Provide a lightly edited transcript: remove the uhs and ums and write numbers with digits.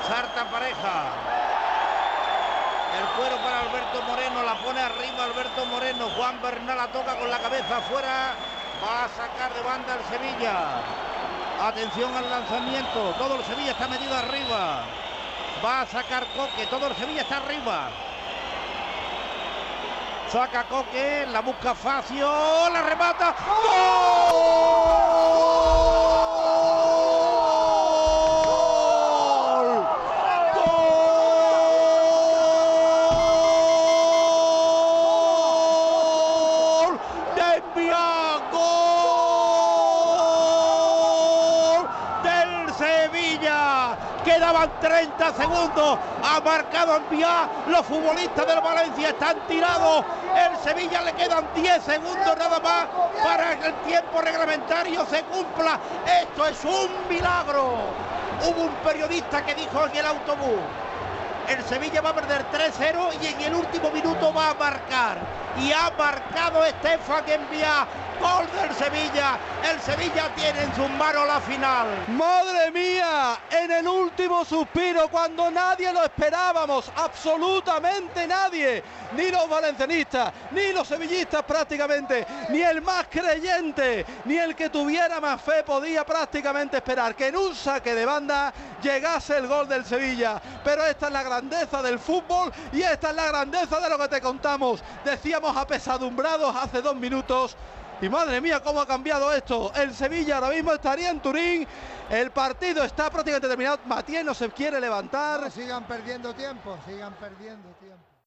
Sarta pareja. El cuero para Alberto Moreno, la pone arriba Alberto Moreno. Juan Bernal la toca con la cabeza afuera. Va a sacar de banda el Sevilla. Atención al lanzamiento. Todo el Sevilla está metido arriba. Va a sacar Coque. Todo el Sevilla está arriba. Saca Coque. La busca Facio. La remata. ¡Gol! Quedaban 30 segundos, ha marcado Enviá, los futbolistas del Valencia están tirados, el Sevilla le quedan 10 segundos nada más para que el tiempo reglamentario se cumpla. Esto es un milagro. Hubo un periodista que dijo en el autobús: el Sevilla va a perder 3-0 y en el último minuto va a marcar. Y ha marcado Stefan Enviá. Gol del Sevilla. El Sevilla tiene en sus manos la final. ¡Madre mía! En el último suspiro, cuando nadie lo esperábamos, absolutamente nadie, ni los valencianistas, ni los sevillistas prácticamente, ni el más creyente, ni el que tuviera más fe podía prácticamente esperar que en un saque de banda llegase el gol del Sevilla. Pero esta es la grandeza del fútbol y esta es la grandeza de lo que te contamos. Decíamos apesadumbrados hace 2 minutos. Y madre mía, cómo ha cambiado esto. El Sevilla ahora mismo estaría en Turín. El partido está prácticamente terminado. Matié no se quiere levantar. No, sigan perdiendo tiempo, sigan perdiendo tiempo.